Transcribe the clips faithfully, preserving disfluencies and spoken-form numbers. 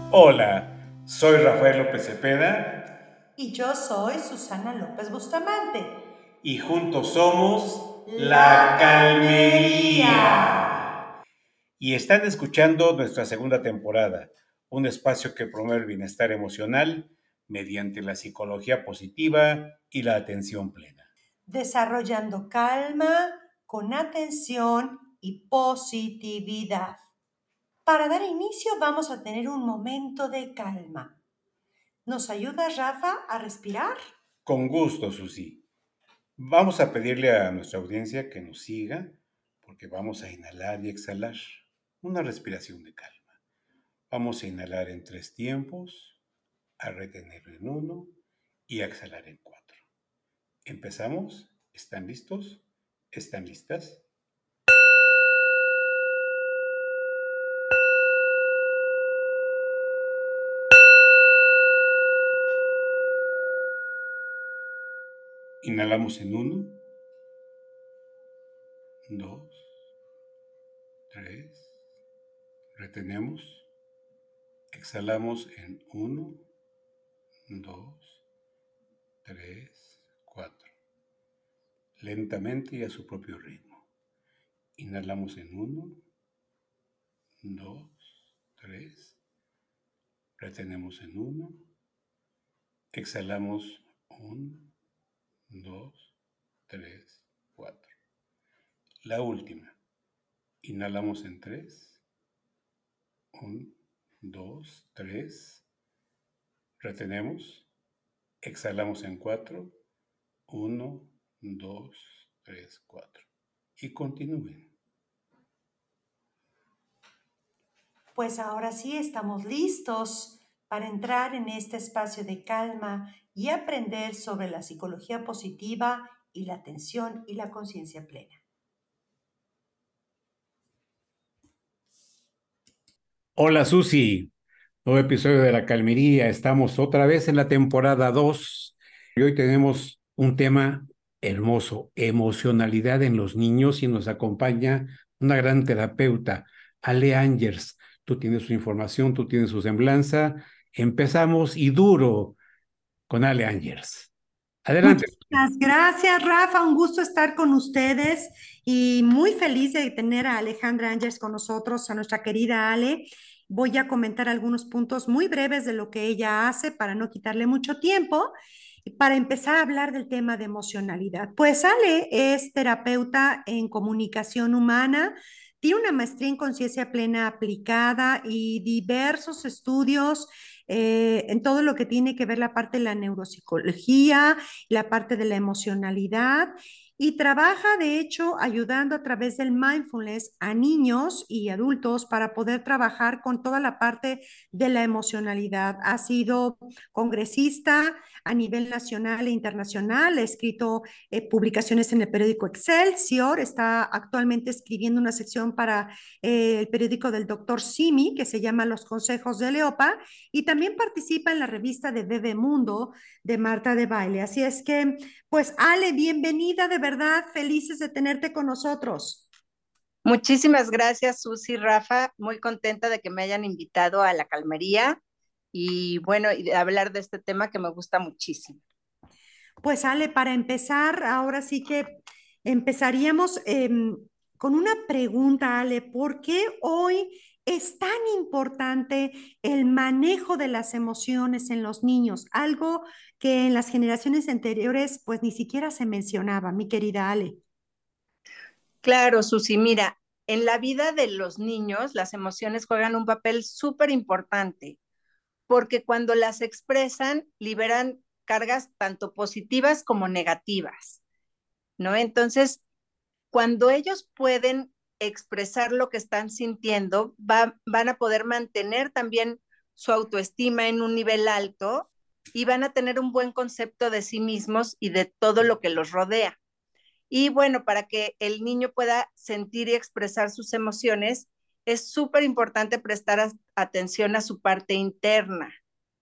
Hola, soy Rafael López Cepeda Y yo soy Susana López Bustamante. y juntos somos La Calmería. Y están escuchando nuestra segunda temporada, un espacio que promueve el bienestar emocional mediante la psicología positiva y la atención plena. Desarrollando calma con atención y positividad. Para dar inicio vamos a tener un momento de calma. ¿Nos ayuda, Rafa, a respirar? Con gusto, Susi. Vamos a pedirle a nuestra audiencia que nos siga porque vamos a inhalar y exhalar. Una respiración de calma. Vamos a inhalar en tres tiempos, a retener en uno y a exhalar en cuatro. ¿Empezamos? ¿Están listos? ¿Están listas? Inhalamos en uno, dos, tres, retenemos, exhalamos en uno, dos, tres, cuatro. Lentamente y a su propio ritmo. Inhalamos en uno, dos, tres, retenemos en uno, exhalamos uno, dos, tres, cuatro. La última. Inhalamos en tres, uno, dos, tres, retenemos, exhalamos en cuatro, uno, dos, tres, cuatro. Y continúen. Pues ahora sí estamos listos para entrar en este espacio de calma y aprender sobre la psicología positiva y la atención y la conciencia plena. Hola Susi, nuevo episodio de La Calmería. Estamos otra vez en la temporada dos y hoy tenemos un tema hermoso, emocionalidad en los niños, y nos acompaña una gran terapeuta, Ale Angers. Tú tienes su información, tú tienes su semblanza. Empezamos y duro con Ale Angers. Adelante. Muchísimas gracias, Rafa. Un gusto estar con ustedes y muy feliz de tener a Alejandra Ángels con nosotros, a nuestra querida Ale. Voy a comentar algunos puntos muy breves de lo que ella hace para no quitarle mucho tiempo y para empezar a hablar del tema de emocionalidad. Pues Ale es terapeuta en comunicación humana, tiene una maestría en conciencia plena aplicada y diversos estudios eh, en todo lo que tiene que ver la parte de la neuropsicología, la parte de la emocionalidad y trabaja, de hecho, ayudando a través del mindfulness a niños y adultos para poder trabajar con toda la parte de la emocionalidad. Ha sido congresista a nivel nacional e internacional, ha escrito eh, publicaciones en el periódico Excelsior, está actualmente escribiendo una sección para eh, el periódico del doctor Simi, que se llama Los Consejos de Leopa, y también participa en la revista de Bebemundo de Marta de Baile. Así es que, pues Ale, bienvenida, de verdad, felices de tenerte con nosotros. Muchísimas gracias, Susi, Rafa. Muy contenta de que me hayan invitado a la Calmería y bueno, y de hablar de este tema que me gusta muchísimo. Pues Ale, para empezar, ahora sí que empezaríamos eh, con una pregunta, Ale, ¿por qué hoy es tan importante el manejo de las emociones en los niños? Algo que en las generaciones anteriores pues ni siquiera se mencionaba, mi querida Ale. Claro, Susi, mira, en la vida de los niños las emociones juegan un papel súper importante porque cuando las expresan liberan cargas tanto positivas como negativas, ¿no? Entonces, cuando ellos pueden expresar lo que están sintiendo, va, van a poder mantener también su autoestima en un nivel alto y van a tener un buen concepto de sí mismos y de todo lo que los rodea. Y bueno, para que el niño pueda sentir y expresar sus emociones, es súper importante prestar a, atención a su parte interna.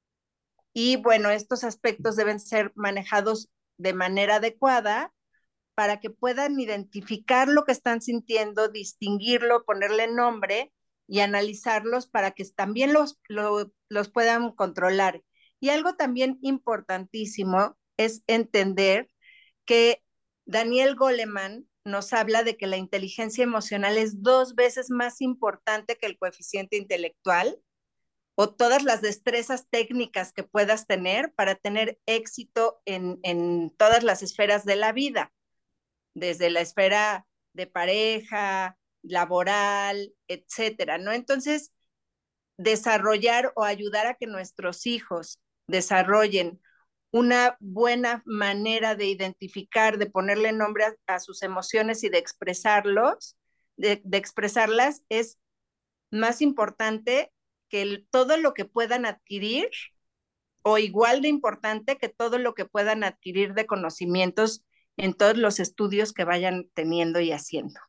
Y bueno, estos aspectos deben ser manejados de manera adecuada para que puedan identificar lo que están sintiendo, distinguirlo, ponerle nombre y analizarlos para que también los, lo, los puedan controlar. Y algo también importantísimo es entender que Daniel Goleman nos habla de que la inteligencia emocional es dos veces más importante que el coeficiente intelectual o todas las destrezas técnicas que puedas tener para tener éxito en, en todas las esferas de la vida, desde la esfera de pareja, laboral, etcétera, ¿no? Entonces, desarrollar o ayudar a que nuestros hijos desarrollen una buena manera de identificar, de ponerle nombre a, a sus emociones y de expresarlos, de, de expresarlas, es más importante que el, todo lo que puedan adquirir o igual de importante que todo lo que puedan adquirir de conocimientos en todos los estudios que vayan teniendo y haciendo.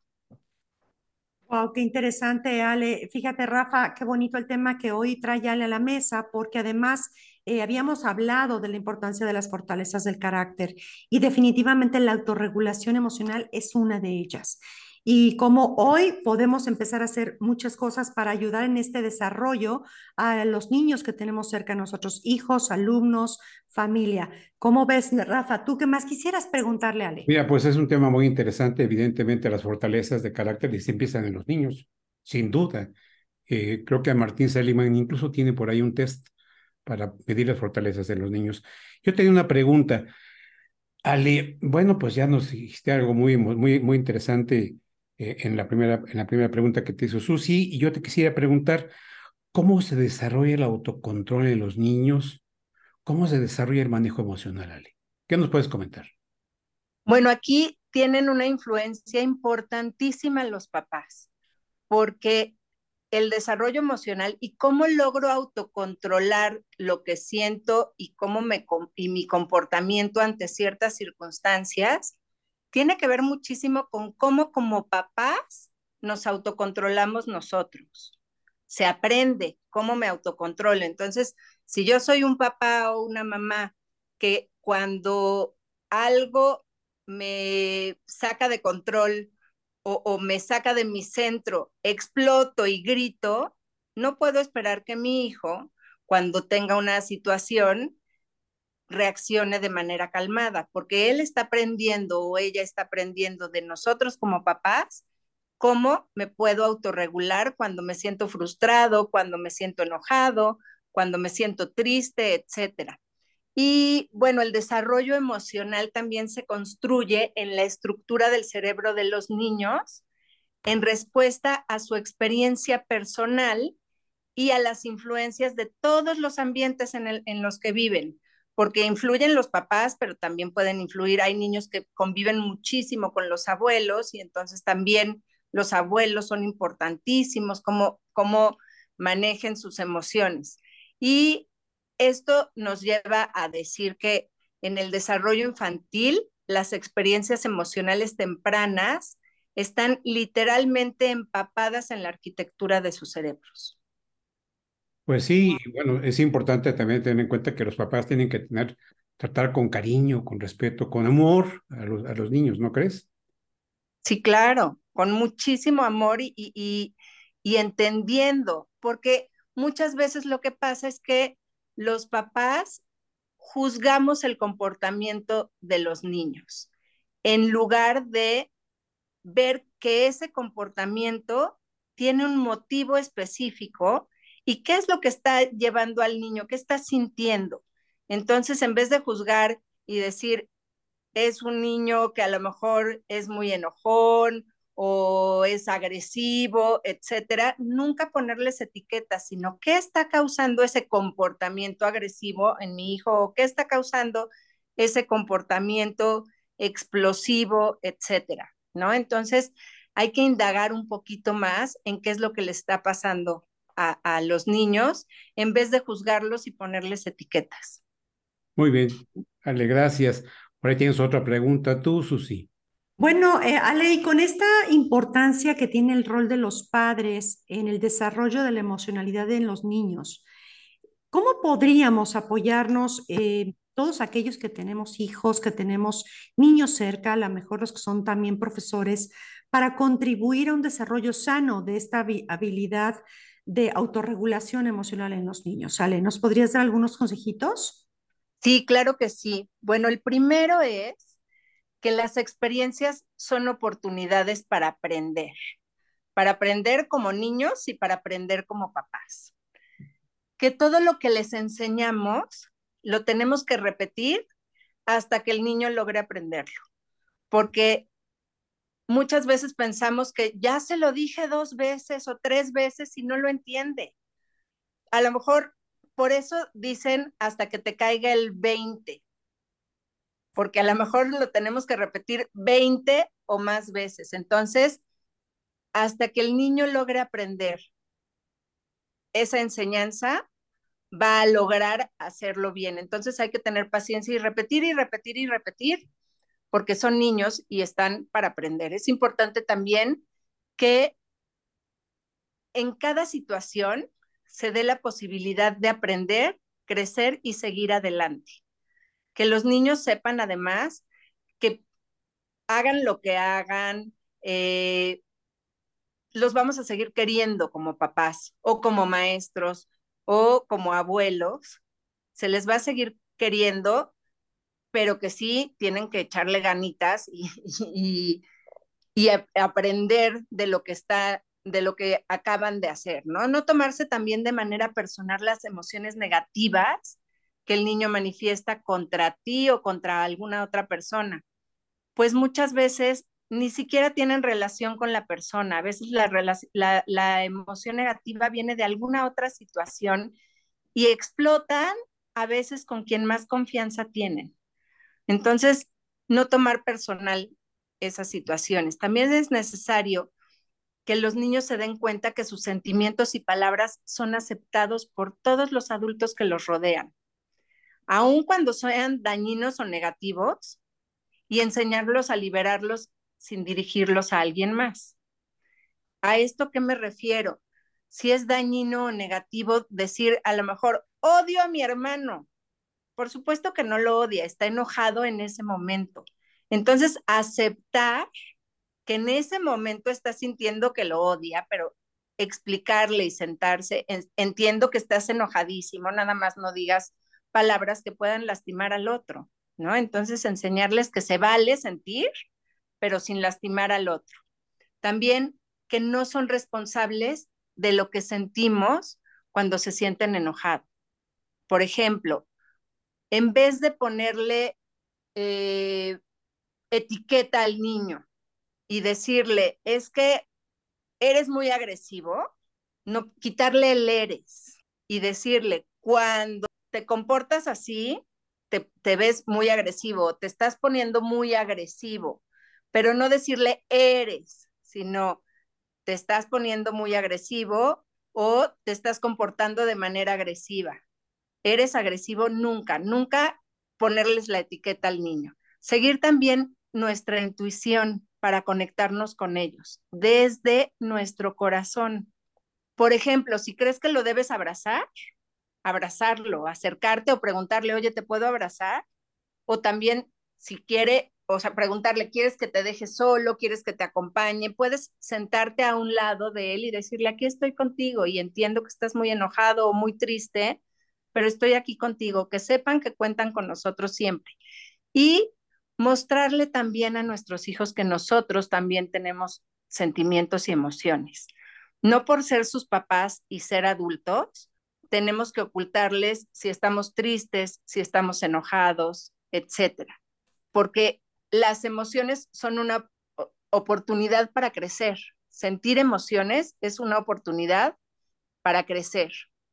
Wow, qué interesante, Ale. Fíjate, Rafa, qué bonito el tema que hoy trae Ale a la mesa, porque además eh, habíamos hablado de la importancia de las fortalezas del carácter y definitivamente la autorregulación emocional es una de ellas. Y como hoy podemos empezar a hacer muchas cosas para ayudar en este desarrollo a los niños que tenemos cerca de nosotros, hijos, alumnos, familia. ¿Cómo ves, Rafa? ¿Tú qué más quisieras preguntarle a Ale? Mira, pues es un tema muy interesante. Evidentemente, las fortalezas de carácter y se empiezan en los niños, sin duda. Eh, creo que a Martín Seligman incluso tiene por ahí un test para medir las fortalezas de los niños. Yo tenía una pregunta. Ale, bueno, pues ya nos dijiste algo muy, muy, muy interesante eh, en la primera, en la primera pregunta que te hizo Susi, y yo te quisiera preguntar, ¿cómo se desarrolla el autocontrol en los niños? ¿Cómo se desarrolla el manejo emocional, Ale? ¿Qué nos puedes comentar? Bueno, aquí tienen una influencia importantísima los papás, porque el desarrollo emocional y cómo logro autocontrolar lo que siento y cómo me y mi comportamiento ante ciertas circunstancias tiene que ver muchísimo con cómo como papás nos autocontrolamos nosotros. Se aprende cómo me autocontrolo. Entonces, si yo soy un papá o una mamá que cuando algo me saca de control o, o me saca de mi centro, exploto y grito, no puedo esperar que mi hijo, cuando tenga una situación, reaccione de manera calmada, porque él está aprendiendo o ella está aprendiendo de nosotros como papás cómo me puedo autorregular cuando me siento frustrado, cuando me siento enojado, cuando me siento triste, etcétera. Y bueno, el desarrollo emocional también se construye en la estructura del cerebro de los niños en respuesta a su experiencia personal y a las influencias de todos los ambientes en, el, en los que viven, porque influyen los papás, pero también pueden influir, hay niños que conviven muchísimo con los abuelos y entonces también los abuelos son importantísimos, cómo, cómo manejen sus emociones. Y esto nos lleva a decir que en el desarrollo infantil, las experiencias emocionales tempranas están literalmente empapadas en la arquitectura de sus cerebros. Pues sí, y bueno, es importante también tener en cuenta que los papás tienen que tener, tratar con cariño, con respeto, con amor a los, a los niños, ¿no crees? Sí, claro, con muchísimo amor y, y, y entendiendo, porque muchas veces lo que pasa es que los papás juzgamos el comportamiento de los niños en lugar de ver que ese comportamiento tiene un motivo específico y qué es lo que está llevando al niño, qué está sintiendo. Entonces, en vez de juzgar y decir, es un niño que a lo mejor es muy enojón o es agresivo, etcétera, nunca ponerles etiquetas, sino qué está causando ese comportamiento agresivo en mi hijo o qué está causando ese comportamiento explosivo, etcétera, ¿no? Entonces, hay que indagar un poquito más en qué es lo que le está pasando a, a los niños en vez de juzgarlos y ponerles etiquetas. Muy bien, Ale, gracias. Por ahí tienes otra pregunta tú, Susi. Bueno, eh, Ale, y con esta importancia que tiene el rol de los padres en el desarrollo de la emocionalidad en los niños, ¿cómo podríamos apoyarnos eh, todos aquellos que tenemos hijos, que tenemos niños cerca, a lo mejor los que son también profesores, para contribuir a un desarrollo sano de esta habilidad de autorregulación emocional en los niños? Ale, ¿nos podrías dar algunos consejitos? Sí, claro que sí. Bueno, el primero es que las experiencias son oportunidades para aprender, para aprender como niños y para aprender como papás. Que todo lo que les enseñamos lo tenemos que repetir hasta que el niño logre aprenderlo, porque muchas veces pensamos que ya se lo dije dos veces o tres veces y no lo entiende. A lo mejor por eso dicen hasta que te caiga el veinte, porque a lo mejor lo tenemos que repetir veinte o más veces. Entonces, hasta que el niño logre aprender esa enseñanza, va a lograr hacerlo bien. Entonces hay que tener paciencia y repetir y repetir y repetir, porque son niños y están para aprender. Es importante también que en cada situación se dé la posibilidad de aprender, crecer y seguir adelante. Que los niños sepan además que hagan lo que hagan, eh, los vamos a seguir queriendo como papás o como maestros o como abuelos. Se les va a seguir queriendo, pero que sí tienen que echarle ganitas y, y, y a, aprender de lo que está, de lo que acaban de hacer, ¿no? No tomarse también de manera personal las emociones negativas que el niño manifiesta contra ti o contra alguna otra persona, pues muchas veces ni siquiera tienen relación con la persona. A veces la, la, la emoción negativa viene de alguna otra situación y explotan a veces con quien más confianza tienen. Entonces, no tomar personal esas situaciones. También es necesario que los niños se den cuenta que sus sentimientos y palabras son aceptados por todos los adultos que los rodean, aun cuando sean dañinos o negativos, y enseñarlos a liberarlos sin dirigirlos a alguien más. ¿A esto qué me refiero? Si es dañino o negativo decir a lo mejor odio a mi hermano, por supuesto que no lo odia, está enojado en ese momento. Entonces, aceptar que en ese momento está sintiendo que lo odia, pero explicarle y sentarse, entiendo que estás enojadísimo, nada más no digas palabras que puedan lastimar al otro, ¿no? Entonces, enseñarles que se vale sentir, pero sin lastimar al otro. También que no son responsables de lo que sentimos cuando se sienten enojados. Por ejemplo, en vez de ponerle eh, etiqueta al niño y decirle, es que eres muy agresivo, no quitarle el eres y decirle, cuando te comportas así, te, te ves muy agresivo, te estás poniendo muy agresivo, pero no decirle eres, sino te estás poniendo muy agresivo o te estás comportando de manera agresiva. Eres agresivo nunca, nunca ponerles la etiqueta al niño. Seguir también nuestra intuición para conectarnos con ellos desde nuestro corazón. Por ejemplo, si crees que lo debes abrazar, abrazarlo, acercarte o preguntarle, oye, ¿te puedo abrazar? O también, si quiere, o sea, preguntarle, ¿quieres que te deje solo? ¿Quieres que te acompañe? Puedes sentarte a un lado de él y decirle, aquí estoy contigo y entiendo que estás muy enojado o muy triste, pero estoy aquí contigo, que sepan que cuentan con nosotros siempre. Y mostrarle también a nuestros hijos que nosotros también tenemos sentimientos y emociones. No por ser sus papás y ser adultos, tenemos que ocultarles si estamos tristes, si estamos enojados, etcétera. Porque las emociones son una oportunidad para crecer. Sentir emociones es una oportunidad para crecer.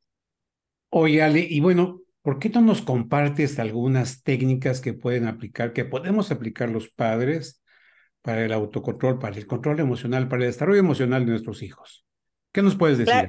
Oye, Ale, y bueno, ¿por qué no nos compartes algunas técnicas que pueden aplicar, que podemos aplicar los padres para el autocontrol, para el control emocional, para el desarrollo emocional de nuestros hijos? ¿Qué nos puedes decir? Claro,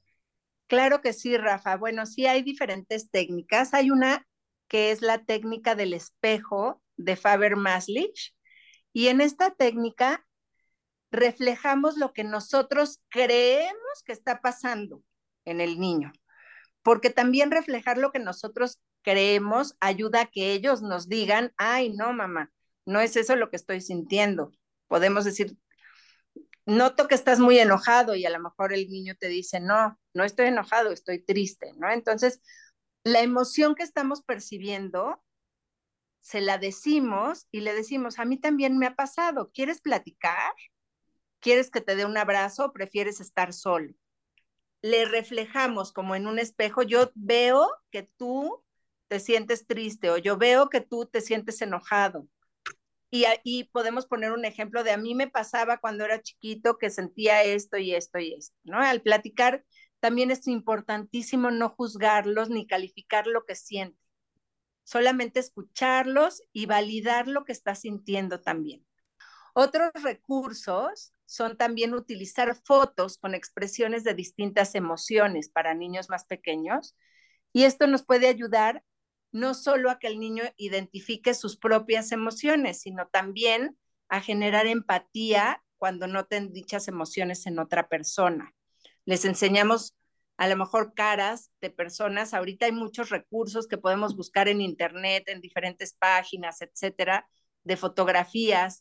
claro que sí, Rafa. Bueno, sí hay diferentes técnicas. Hay una que es la técnica del espejo de Faber-Maslich, y en esta técnica reflejamos lo que nosotros creemos que está pasando en el niño, porque también reflejar lo que nosotros creemos ayuda a que ellos nos digan, ay, no, mamá, no es eso lo que estoy sintiendo. Podemos decir, noto que estás muy enojado y a lo mejor el niño te dice, no, no estoy enojado, estoy triste, ¿no? Entonces, la emoción que estamos percibiendo, se la decimos y le decimos, a mí también me ha pasado, ¿quieres platicar? ¿Quieres que te dé un abrazo o prefieres estar solo? Le reflejamos como en un espejo, yo veo que tú te sientes triste o yo veo que tú te sientes enojado. Y ahí podemos poner un ejemplo de a mí me pasaba cuando era chiquito que sentía esto y esto y esto, ¿no? Al platicar también es importantísimo no juzgarlos ni calificar lo que sienten, solamente escucharlos y validar lo que está sintiendo también. Otros recursos son también utilizar fotos con expresiones de distintas emociones para niños más pequeños y esto nos puede ayudar no solo a que el niño identifique sus propias emociones, sino también a generar empatía cuando noten dichas emociones en otra persona. Les enseñamos a lo mejor caras de personas. Ahorita hay muchos recursos que podemos buscar en internet, en diferentes páginas, etcétera, de fotografías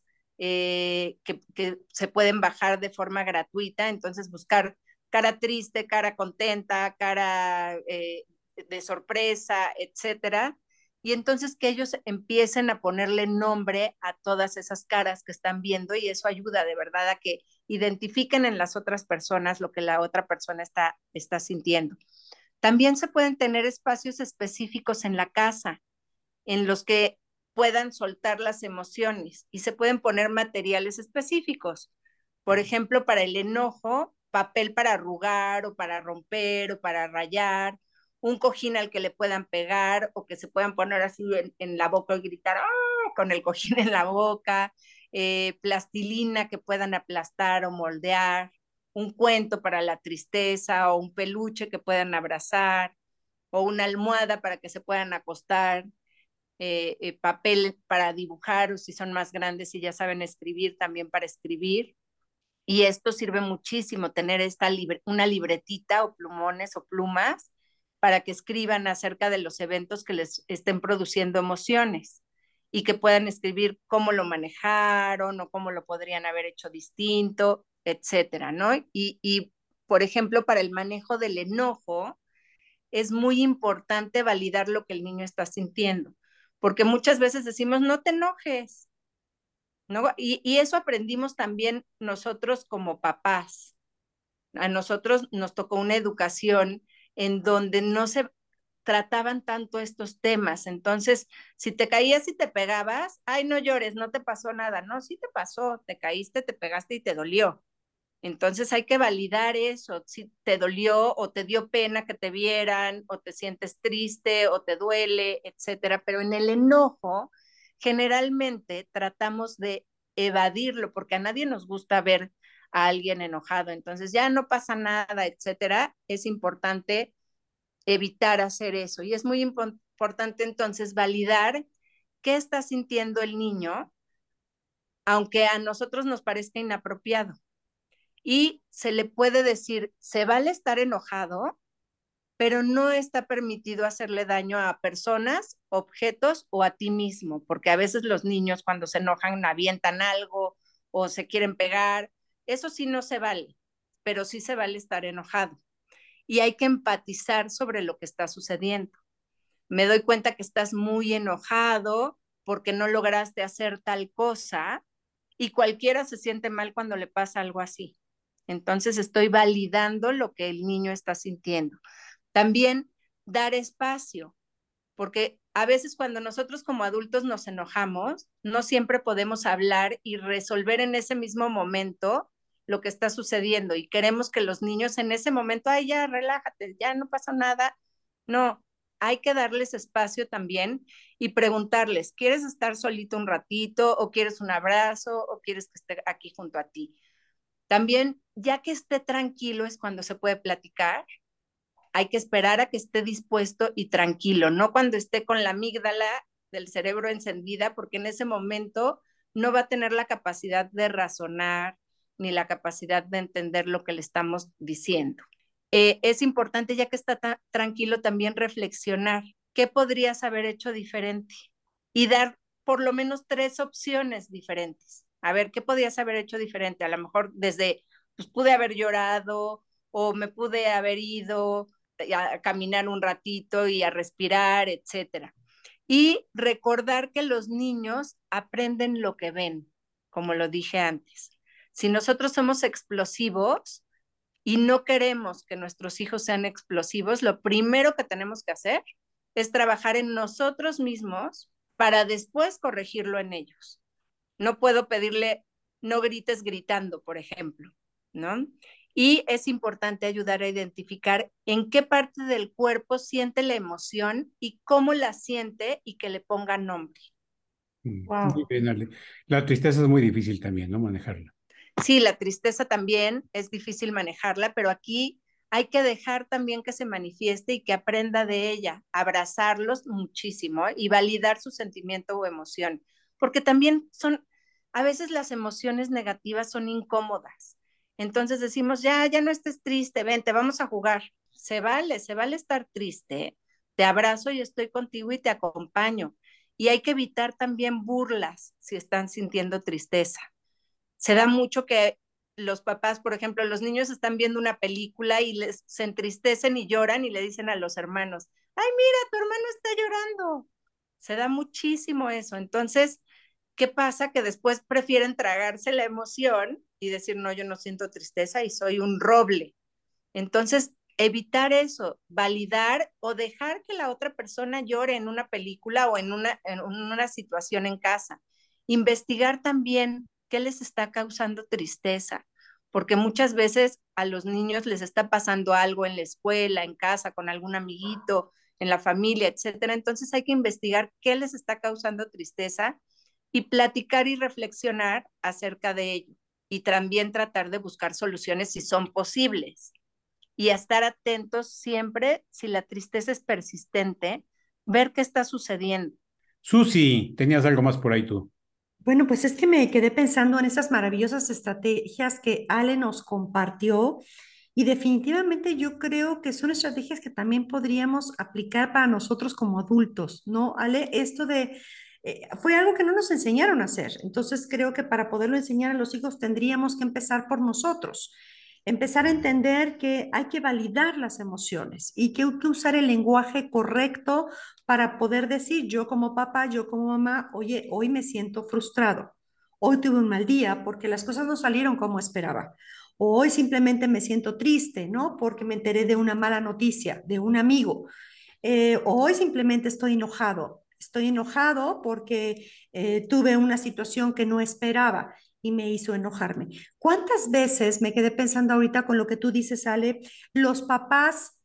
eh, que, que se pueden bajar de forma gratuita. Entonces, buscar cara triste, cara contenta, cara eh, de sorpresa, etcétera. Y entonces que ellos empiecen a ponerle nombre a todas esas caras que están viendo y eso ayuda de verdad a que identifiquen en las otras personas lo que la otra persona está, está sintiendo. También se pueden tener espacios específicos en la casa en los que puedan soltar las emociones y se pueden poner materiales específicos. Por ejemplo, para el enojo, papel para arrugar o para romper o para rayar, un cojín al que le puedan pegar o que se puedan poner así en, en la boca y gritar ¡ah! Con el cojín en la boca, eh, plastilina que puedan aplastar o moldear, un cuento para la tristeza o un peluche que puedan abrazar o una almohada para que se puedan acostar, eh, eh, papel para dibujar o si son más grandes y ya saben escribir, también para escribir. Y esto sirve muchísimo, tener esta libre, una libretita o plumones o plumas para que escriban acerca de los eventos que les estén produciendo emociones y que puedan escribir cómo lo manejaron o cómo lo podrían haber hecho distinto, etcétera, ¿no? Y, y por ejemplo, para el manejo del enojo, es muy importante validar lo que el niño está sintiendo, porque muchas veces decimos, no te enojes, ¿no? Y, y eso aprendimos también nosotros como papás. A nosotros nos tocó una educación en donde no se trataban tanto estos temas. Entonces, si te caías y te pegabas, ay, no llores, no te pasó nada. No, sí te pasó, te caíste, te pegaste y te dolió. Entonces hay que validar eso, si te dolió o te dio pena que te vieran o te sientes triste o te duele, etcétera. Pero en el enojo, generalmente tratamos de evadirlo porque a nadie nos gusta ver a alguien enojado. Entonces ya no pasa nada, etcétera. Es importante evitar hacer eso y es muy impo- importante entonces validar qué está sintiendo el niño, aunque a nosotros nos parezca inapropiado y se le puede decir, se vale estar enojado, pero no está permitido hacerle daño a personas, objetos o a ti mismo, porque a veces los niños cuando se enojan avientan algo o se quieren pegar, eso sí no se vale, pero sí se vale estar enojado. Y hay que empatizar sobre lo que está sucediendo. Me doy cuenta que estás muy enojado porque no lograste hacer tal cosa y cualquiera se siente mal cuando le pasa algo así. Entonces estoy validando lo que el niño está sintiendo. También dar espacio, porque a veces cuando nosotros como adultos nos enojamos, no siempre podemos hablar y resolver en ese mismo momento lo que está sucediendo y queremos que los niños en ese momento, ay, ya, relájate, ya no pasa nada. No, hay que darles espacio también y preguntarles, ¿quieres estar solito un ratito o quieres un abrazo o quieres que esté aquí junto a ti? También, ya que esté tranquilo es cuando se puede platicar. Hay que esperar a que esté dispuesto y tranquilo, no cuando esté con la amígdala del cerebro encendida, porque en ese momento no va a tener la capacidad de razonar ni la capacidad de entender lo que le estamos diciendo. Eh, es importante, ya que está tranquilo, también reflexionar qué podrías haber hecho diferente y dar por lo menos tres opciones diferentes A ver, ¿qué podías haber hecho diferente? A lo mejor desde, pues pude haber llorado o me pude haber ido a caminar un ratito y a respirar, etcétera. Y recordar que los niños aprenden lo que ven, como lo dije antes. Si nosotros somos explosivos y no queremos que nuestros hijos sean explosivos, lo primero que tenemos que hacer es trabajar en nosotros mismos para después corregirlo en ellos. No puedo pedirle, no grites gritando, por ejemplo, ¿no? Y es importante ayudar a identificar en qué parte del cuerpo siente la emoción y cómo la siente y que le ponga nombre. Mm, muy Wow. bien, Ale. La tristeza es muy difícil también, ¿no? Manejarla. Sí, la tristeza también es difícil manejarla, pero aquí hay que dejar también que se manifieste y que aprenda de ella, abrazarlos muchísimo, ¿eh? Y validar su sentimiento o emoción, porque también son, a veces las emociones negativas son incómodas. Entonces decimos, ya, ya no estés triste, vente, vamos a jugar. Se vale, se vale estar triste. Te abrazo y estoy contigo y te acompaño. Y hay que evitar también burlas si están sintiendo tristeza. Se da mucho que los papás, por ejemplo, los niños están viendo una película y les se entristecen y lloran y le dicen a los hermanos, ay, mira, tu hermano está llorando. Se da muchísimo eso. Entonces, ¿qué pasa? Que después prefieren tragarse la emoción y decir, no, yo no siento tristeza y soy un roble. Entonces, evitar eso, validar o dejar que la otra persona llore en una película o en una, en una situación en casa. Investigar también qué les está causando tristeza, porque muchas veces a los niños les está pasando algo en la escuela, en casa, con algún amiguito, en la familia, etcétera. Entonces hay que investigar qué les está causando tristeza y platicar y reflexionar acerca de ello y también tratar de buscar soluciones si son posibles y a estar atentos siempre si la tristeza es persistente, ver qué está sucediendo. Susi, tenías algo más por ahí tú. Bueno, pues es que me quedé pensando en esas maravillosas estrategias que Ale nos compartió y definitivamente yo creo que son estrategias que también podríamos aplicar para nosotros como adultos, ¿no? Ale, esto de... eh, fue algo que no nos enseñaron a hacer, entonces creo que para poderlo enseñar a los hijos tendríamos que empezar por nosotros. Empezar a entender que hay que validar las emociones y que hay que usar el lenguaje correcto para poder decir yo como papá, yo como mamá, oye, hoy me siento frustrado, hoy tuve un mal día porque las cosas no salieron como esperaba, o hoy simplemente me siento triste, ¿no? Porque me enteré de una mala noticia de un amigo, eh, o hoy simplemente estoy enojado. Estoy enojado porque eh, tuve una situación que no esperaba y me hizo enojarme. ¿Cuántas veces me quedé pensando ahorita con lo que tú dices, Ale? Los papás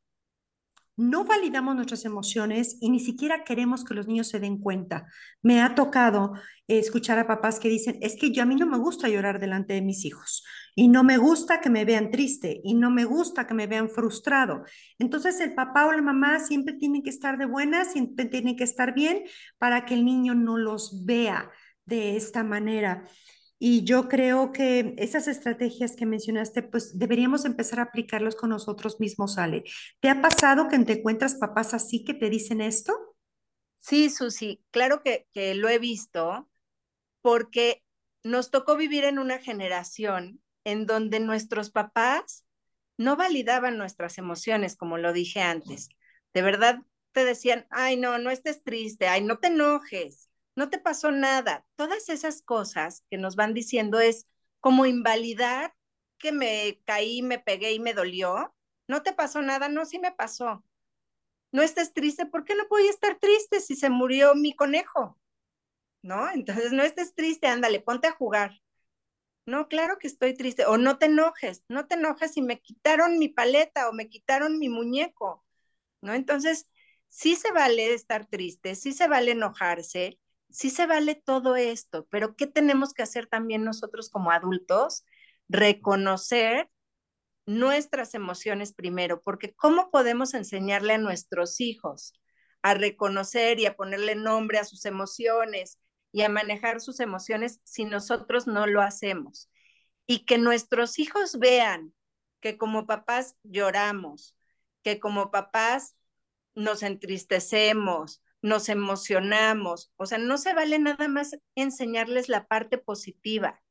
no validamos nuestras emociones y ni siquiera queremos que los niños se den cuenta. Me ha tocado eh, escuchar a papás que dicen, es que yo a mí no me gusta llorar delante de mis hijos y no me gusta que me vean triste y no me gusta que me vean frustrado. Entonces el papá o la mamá siempre tienen que estar de buenas, siempre tienen que estar bien para que el niño no los vea de esta manera. Y yo creo que esas estrategias que mencionaste, pues deberíamos empezar a aplicarlos con nosotros mismos, Ale. ¿Te ha pasado que te encuentras papás así que te dicen esto? Sí, Susi, claro que, que lo he visto porque nos tocó vivir en una generación en donde nuestros papás no validaban nuestras emociones, como lo dije antes. De verdad te decían, ay, no, no estés triste, ay, no te enojes, no te pasó nada. Todas esas cosas que nos van diciendo es como invalidar que me caí, me pegué y me dolió. No te pasó nada, no, sí me pasó. No estés triste, ¿por qué no voy a estar triste si se murió mi conejo? ¿No? Entonces no estés triste, ándale, ponte a jugar. No, claro que estoy triste. O no te enojes, no te enojes si me quitaron mi paleta o me quitaron mi muñeco, ¿no? Entonces, sí se vale estar triste, sí se vale enojarse, sí se vale todo esto, pero ¿qué tenemos que hacer también nosotros como adultos? Reconocer nuestras emociones primero, porque ¿cómo podemos enseñarle a nuestros hijos a reconocer y a ponerle nombre a sus emociones y a manejar sus emociones si nosotros no lo hacemos? Y que nuestros hijos vean que como papás lloramos, que como papás nos entristecemos, nos emocionamos, o sea, no se vale nada más enseñarles la parte positiva,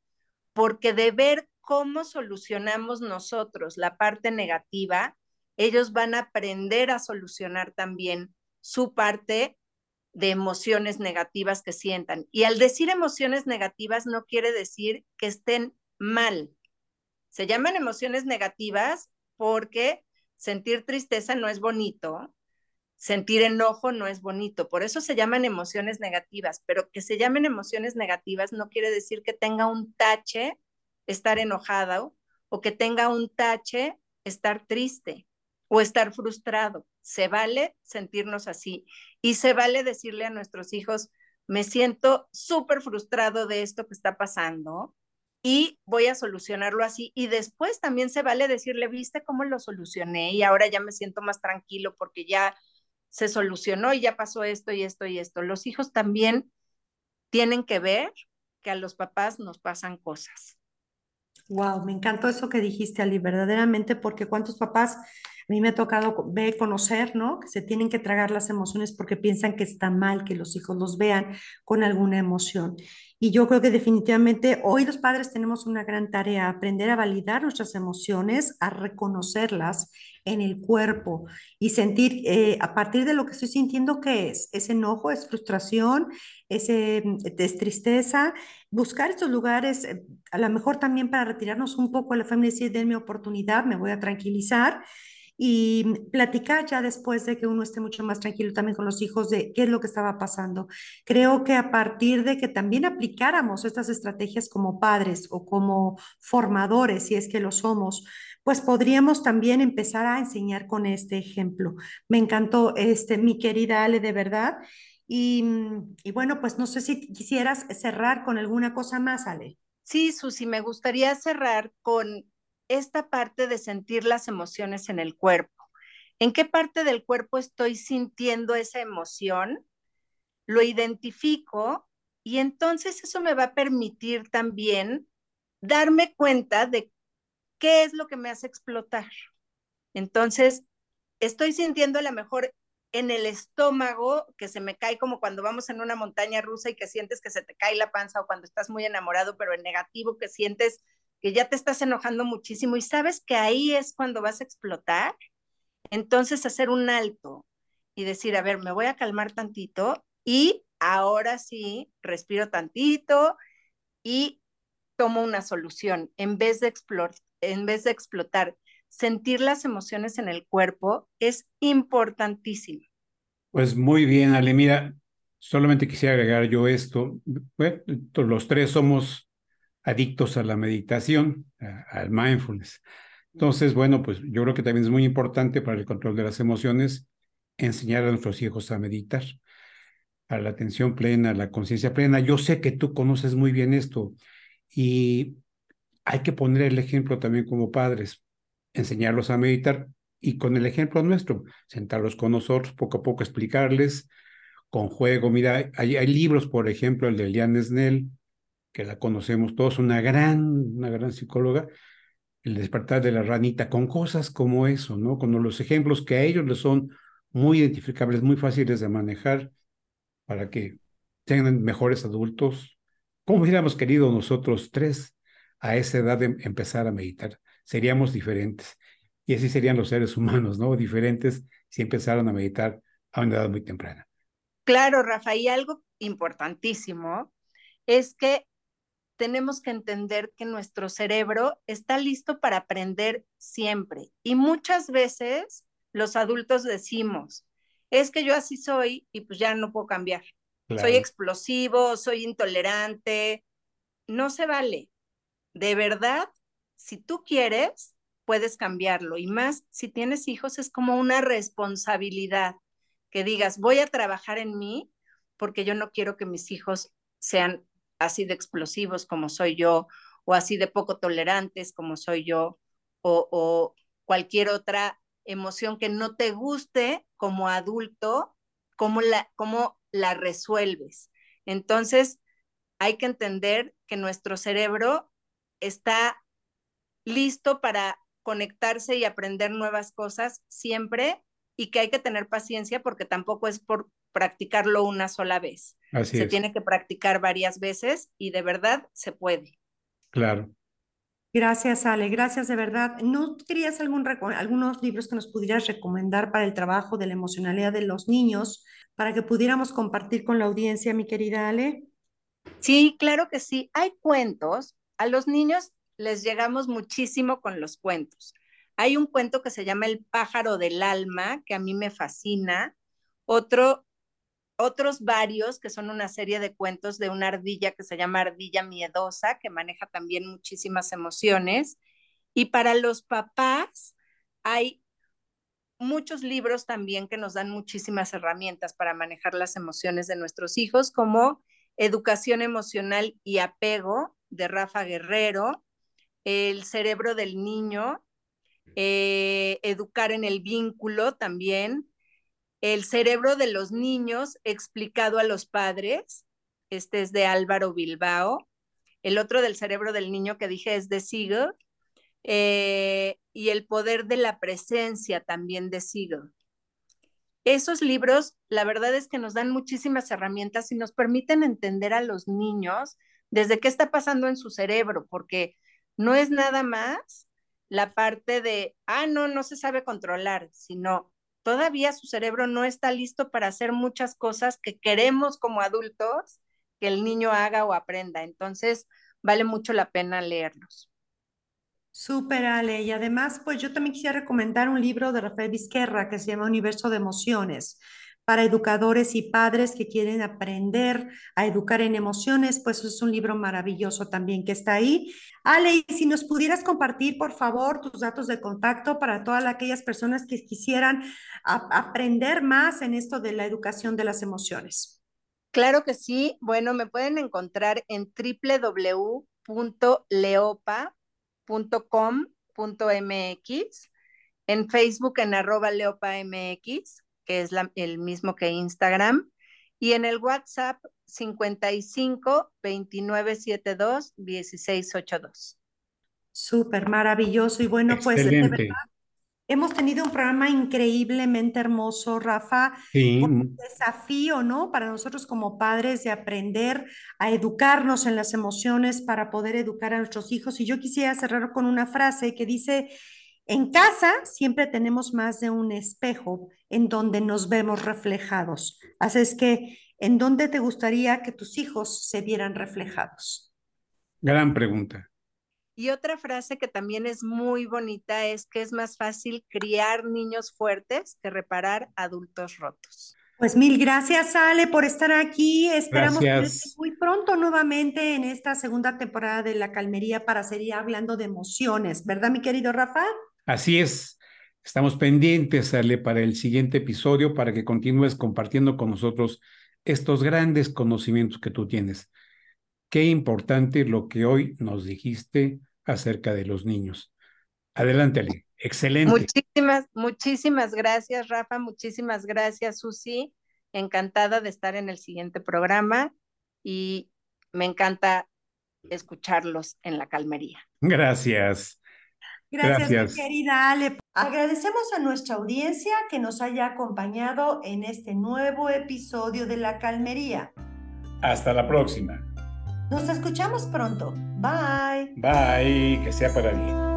porque de ver cómo solucionamos nosotros la parte negativa, ellos van a aprender a solucionar también su parte de emociones negativas que sientan. Y al decir emociones negativas no quiere decir que estén mal. Se llaman emociones negativas porque sentir tristeza no es bonito, sentir enojo no es bonito, por eso se llaman emociones negativas, pero que se llamen emociones negativas no quiere decir que tenga un tache estar enojado o que tenga un tache estar triste o estar frustrado. Se vale sentirnos así y se vale decirle a nuestros hijos, me siento súper frustrado de esto que está pasando y voy a solucionarlo así. Y después también se vale decirle, viste cómo lo solucioné y ahora ya me siento más tranquilo porque ya se solucionó y ya pasó esto y esto y esto. Los hijos también tienen que ver que a los papás nos pasan cosas. Wow, me encantó eso que dijiste, Ali, verdaderamente, porque cuántos papás a mí me ha tocado co- ver, conocer, ¿no? Que se tienen que tragar las emociones porque piensan que está mal que los hijos los vean con alguna emoción. Y yo creo que definitivamente hoy los padres tenemos una gran tarea, aprender a validar nuestras emociones, a reconocerlas en el cuerpo y sentir eh, a partir de lo que estoy sintiendo qué es, es enojo, es frustración, es, eh, es tristeza, buscar estos lugares, eh, a lo mejor también para retirarnos un poco a la familia y decir, denme oportunidad, me voy a tranquilizar y platicar ya después de que uno esté mucho más tranquilo también con los hijos de qué es lo que estaba pasando. Creo que a partir de que también aplicáramos estas estrategias como padres o como formadores, si es que lo somos, pues podríamos también empezar a enseñar con este ejemplo. Me encantó, este, mi querida Ale, de verdad. Y, y bueno, pues no sé si quisieras cerrar con alguna cosa más, Ale. Sí, Susi, me gustaría cerrar con esta parte de sentir las emociones en el cuerpo. ¿En qué parte del cuerpo estoy sintiendo esa emoción? Lo identifico y entonces eso me va a permitir también darme cuenta de qué es lo que me hace explotar. Entonces, estoy sintiendo a lo mejor en el estómago que se me cae como cuando vamos en una montaña rusa y que sientes que se te cae la panza o cuando estás muy enamorado, pero en negativo que sientes que ya te estás enojando muchísimo y sabes que ahí es cuando vas a explotar. Entonces, hacer un alto y decir, a ver, me voy a calmar tantito y ahora sí, respiro tantito y tomo una solución en vez de explotar, en vez de explotar. Sentir las emociones en el cuerpo es importantísimo. Pues muy bien, Ale. Mira, solamente quisiera agregar yo esto. Bueno, to- los tres somos adictos a la meditación, a- al mindfulness. Entonces, bueno, pues yo creo que también es muy importante para el control de las emociones enseñar a nuestros hijos a meditar, a la atención plena, a la conciencia plena. Yo sé que tú conoces muy bien esto y hay que poner el ejemplo también como padres, enseñarlos a meditar y con el ejemplo nuestro, sentarlos con nosotros, poco a poco explicarles con juego. Mira, hay, hay libros, por ejemplo, el de Liane Snell, que la conocemos todos, una gran, una gran psicóloga, El despertar de la ranita, con cosas como eso, ¿no? Con los ejemplos que a ellos les son muy identificables, muy fáciles de manejar para que tengan mejores adultos. ¿Cómo hubiéramos querido nosotros tres a esa edad de empezar a meditar? Seríamos diferentes. Y así serían los seres humanos, ¿no? Diferentes si empezaron a meditar a una edad muy temprana. Claro, Rafa, y algo importantísimo es que tenemos que entender que nuestro cerebro está listo para aprender siempre. Y muchas veces los adultos decimos, es que yo así soy y pues ya no puedo cambiar. Soy Claro. explosivo, soy intolerante. No se vale. De verdad, si tú quieres, puedes cambiarlo. Y más, si tienes hijos, es como una responsabilidad que digas, voy a trabajar en mí porque yo no quiero que mis hijos sean así de explosivos como soy yo, o así de poco tolerantes como soy yo, o, o cualquier otra emoción que no te guste como adulto, cómo la, cómo la resuelves. Entonces, hay que entender que nuestro cerebro está listo para conectarse y aprender nuevas cosas siempre y que hay que tener paciencia porque tampoco es por practicarlo una sola vez. Así Se es. tiene que practicar varias veces y de verdad se puede. Claro. Gracias, Ale, gracias de verdad. ¿No querías algún reco- algunos libros que nos pudieras recomendar para el trabajo de la emocionalidad de los niños, para que pudiéramos compartir con la audiencia, mi querida Ale? Sí, claro que sí. Hay cuentos. A los niños les llegamos muchísimo con los cuentos. Hay un cuento que se llama El pájaro del alma, que a mí me fascina. Otro, otros varios, que son una serie de cuentos de una ardilla que se llama Ardilla Miedosa, que maneja también muchísimas emociones. Y para los papás hay muchos libros también que nos dan muchísimas herramientas para manejar las emociones de nuestros hijos, como Educación Emocional y Apego de Rafa Guerrero, El cerebro del niño, eh, Educar en el vínculo también, El cerebro de los niños explicado a los padres, este es de Álvaro Bilbao, el otro del cerebro del niño que dije es de Siegel, eh, y El poder de la presencia también de Siegel. Esos libros, la verdad es que nos dan muchísimas herramientas y nos permiten entender a los niños desde qué está pasando en su cerebro, porque no es nada más la parte de, ah, no, no se sabe controlar, sino todavía su cerebro no está listo para hacer muchas cosas que queremos como adultos que el niño haga o aprenda. Entonces, vale mucho la pena leerlos. Súper, Ale. Y además, pues yo también quisiera recomendar un libro de Rafael Vizquerra que se llama Universo de Emociones para educadores y padres que quieren aprender a educar en emociones, pues es un libro maravilloso también que está ahí. Ale, y si nos pudieras compartir, por favor, tus datos de contacto para todas aquellas personas que quisieran a- aprender más en esto de la educación de las emociones. Claro que sí. Bueno, me pueden encontrar en w w w punto leopa punto com punto m x, en Facebook en arroba leopamx, que es la, el mismo que Instagram, y en el WhatsApp cincuenta y cinco veintinueve setenta y dos dieciséis ochenta y dos. Súper maravilloso. Y bueno, pues de verdad Excelente. hemos tenido un programa increíblemente hermoso, Rafa, Sí, con mm, un desafío, ¿no? Para nosotros como padres de aprender a educarnos en las emociones para poder educar a nuestros hijos. Y yo quisiera cerrar con una frase que dice, en casa siempre tenemos más de un espejo en donde nos vemos reflejados. Así es que, ¿en dónde te gustaría que tus hijos se vieran reflejados? gran pregunta. Y otra frase que también es muy bonita es que es más fácil criar niños fuertes que reparar adultos rotos. Pues mil gracias, Ale, por estar aquí. Esperamos tenerte Gracias. muy pronto nuevamente en esta segunda temporada de La Calmería para seguir hablando de emociones, ¿verdad, mi querido Rafa? Así es. Estamos pendientes, Ale, para el siguiente episodio, para que continúes compartiendo con nosotros estos grandes conocimientos que tú tienes. Qué importante lo que hoy nos dijiste acerca de los niños. Adelante, Ale. Excelente. Muchísimas, muchísimas gracias, Rafa. Muchísimas gracias, Susi. Encantada de estar en el siguiente programa y me encanta escucharlos en la calmería. Gracias. Gracias, mi Gracias. querida Ale. Agradecemos a nuestra audiencia que nos haya acompañado en este nuevo episodio de La Calmería. Hasta la próxima. Nos escuchamos pronto. Bye. Bye. Que sea para bien.